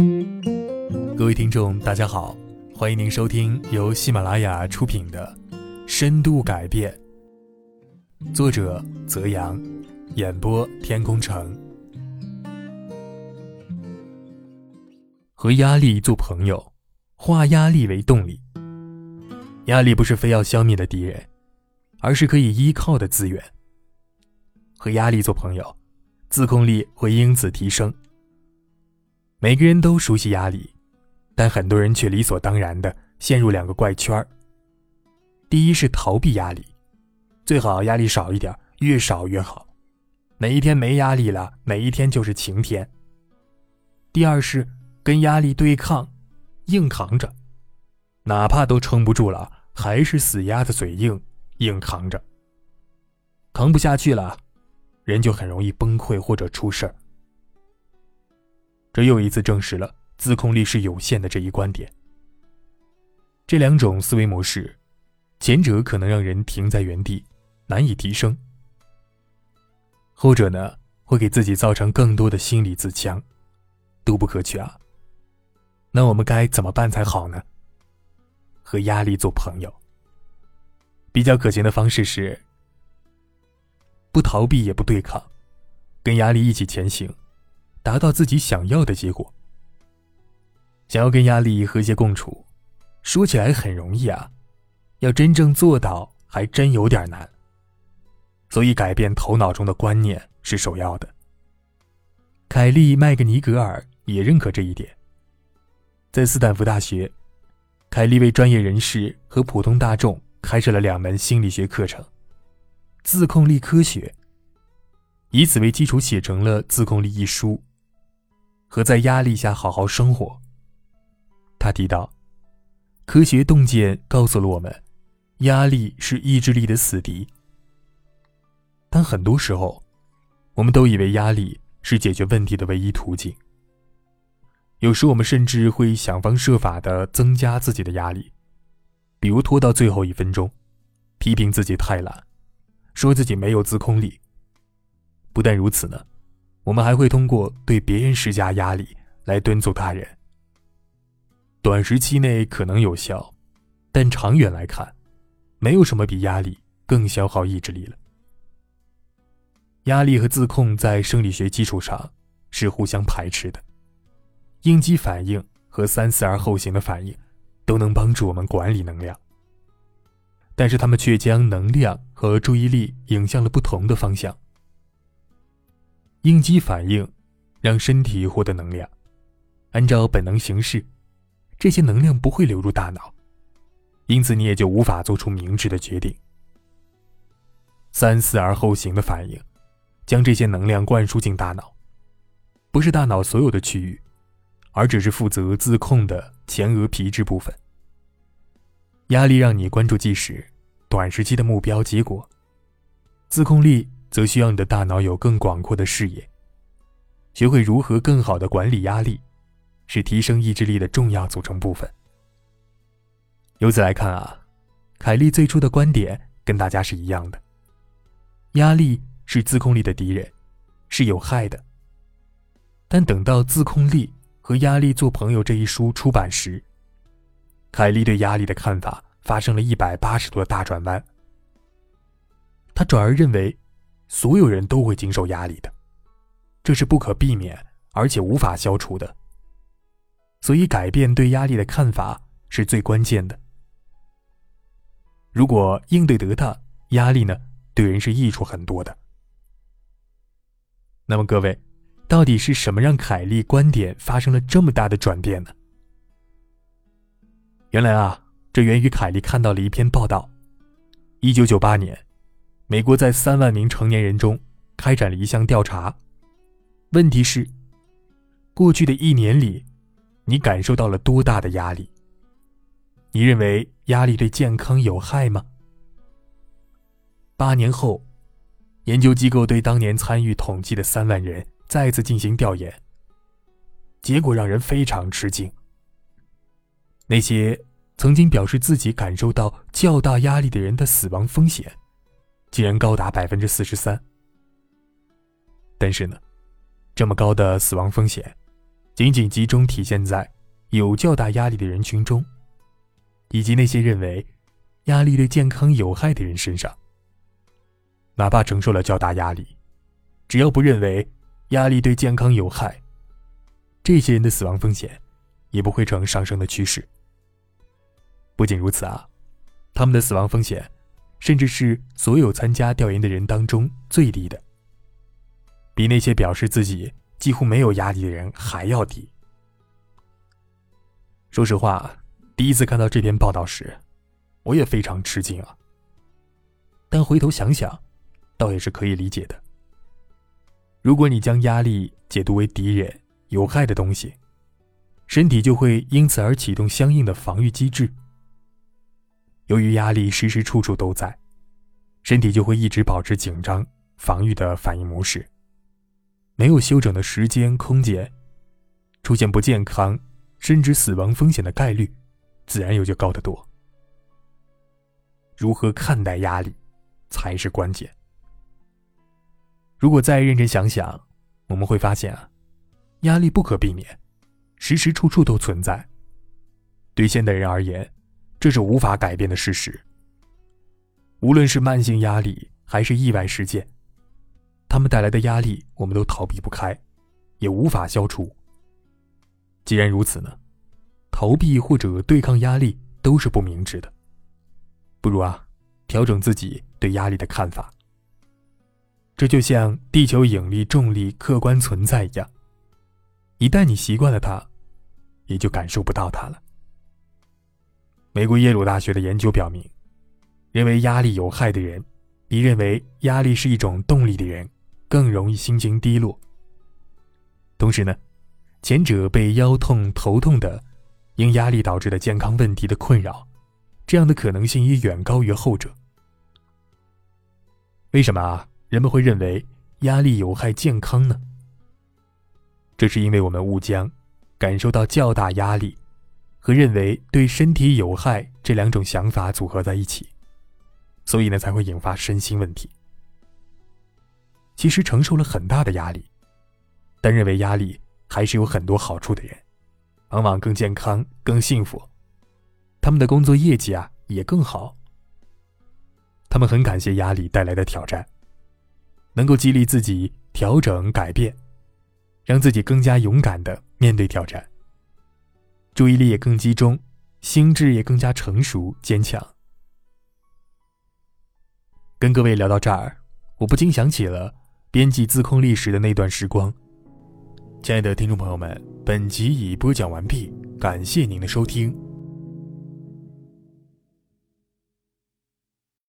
各位听众大家好，欢迎您收听由喜马拉雅出品的深度改变，作者泽阳，演播天空城。和压力做朋友，化压力为动力。压力不是非要消灭的敌人，而是可以依靠的资源。和压力做朋友，自控力会因此提升。每个人都熟悉压力，但很多人却理所当然地陷入两个怪圈。第一是逃避压力，最好压力少一点，越少越好。哪一天没压力了，哪一天就是晴天。第二是跟压力对抗，硬扛着，哪怕都撑不住了，还是死鸭子嘴硬，硬扛着。扛不下去了，人就很容易崩溃或者出事儿。这又一次证实了自控力是有限的这一观点。这两种思维模式，前者可能让人停在原地，难以提升；后者呢，会给自己造成更多的心理自强，都不可取啊。那我们该怎么办才好呢？和压力做朋友。比较可行的方式是，不逃避也不对抗，跟压力一起前行，达到自己想要的结果。想要跟压力和谐共处，说起来很容易啊，要真正做到还真有点难。所以改变头脑中的观念是首要的。凯利·麦格尼格尔也认可这一点。在斯坦福大学，凯利为专业人士和普通大众开设了2门心理学课程，自控力科学，以此为基础写成了《自控力》一书和在压力下好好生活。他提到，科学洞见告诉了我们，压力是意志力的死敌。但很多时候，我们都以为压力是解决问题的唯一途径。有时我们甚至会想方设法地增加自己的压力，比如拖到最后1分钟，批评自己太懒，说自己没有自控力。不但如此呢，我们还会通过对别人施加压力来敦促他人。短时期内可能有效，但长远来看，没有什么比压力更消耗意志力了。压力和自控在生理学基础上是互相排斥的。应激反应和3思而后行的反应都能帮助我们管理能量，但是它们却将能量和注意力引向了不同的方向。应激反应让身体获得能量，按照本能行事，这些能量不会流入大脑，因此你也就无法做出明智的决定。3思而后行的反应将这些能量灌输进大脑，不是大脑所有的区域，而只是负责自控的前额皮质部分。压力让你关注即时、短时期的目标结果，自控力则需要你的大脑有更广阔的视野。学会如何更好地管理压力，是提升意志力的重要组成部分。由此来看啊，凯利最初的观点跟大家是一样的，压力是自控力的敌人，是有害的。但等到《自控力和压力做朋友》这一书出版时，凯利对压力的看法发生了180度的大转弯。他转而认为，所有人都会经受压力的，这是不可避免而且无法消除的。所以改变对压力的看法是最关键的。如果应对得当，压力呢，对人是益处很多的。那么各位，到底是什么让凯利观点发生了这么大的转变呢？原来啊，这源于凯利看到了一篇报道。1998年，美国在3万名成年人中开展了一项调查，问题是，过去的1年里，你感受到了多大的压力？你认为压力对健康有害吗？8年后，研究机构对当年参与统计的3万人再次进行调研，结果让人非常吃惊。那些曾经表示自己感受到较大压力的人的死亡风险竟然高达 43%。但是呢，这么高的死亡风险仅仅集中体现在有较大压力的人群中，以及那些认为压力对健康有害的人身上。哪怕承受了较大压力，只要不认为压力对健康有害，这些人的死亡风险也不会呈上升的趋势。不仅如此啊，他们的死亡风险甚至是所有参加调研的人当中最低的，比那些表示自己几乎没有压力的人还要低。说实话，第一次看到这篇报道时，我也非常吃惊啊。但回头想想，倒也是可以理解的。如果你将压力解读为敌人、有害的东西，身体就会因此而启动相应的防御机制。由于压力时时处处都在，身体就会一直保持紧张、防御的反应模式，没有休整的时间、空间，出现不健康甚至死亡风险的概率自然也就高得多。如何看待压力才是关键。如果再认真想想，我们会发现啊，压力不可避免，时时处处都存在。对现代人而言，这是无法改变的事实。无论是慢性压力还是意外事件，它们带来的压力我们都逃避不开，也无法消除。既然如此呢，逃避或者对抗压力都是不明智的。不如啊，调整自己对压力的看法。这就像地球引力重力客观存在一样，一旦你习惯了它，也就感受不到它了。美国耶鲁大学的研究表明，认为压力有害的人比认为压力是一种动力的人更容易心情低落。同时呢，前者被腰痛、头痛的因压力导致的健康问题的困扰，这样的可能性也远高于后者。为什么人们会认为压力有害健康呢？这是因为我们误将感受到较大压力和认为对身体有害这两种想法组合在一起，所以呢才会引发身心问题。其实承受了很大的压力，但认为压力还是有很多好处的人，往往更健康、更幸福，他们的工作业绩也更好。他们很感谢压力带来的挑战，能够激励自己调整改变，让自己更加勇敢地面对挑战，注意力也更集中，心智也更加成熟坚强。跟各位聊到这儿，我不禁想起了编辑自控力时的那段时光。亲爱的听众朋友们，本集已播讲完毕，感谢您的收听。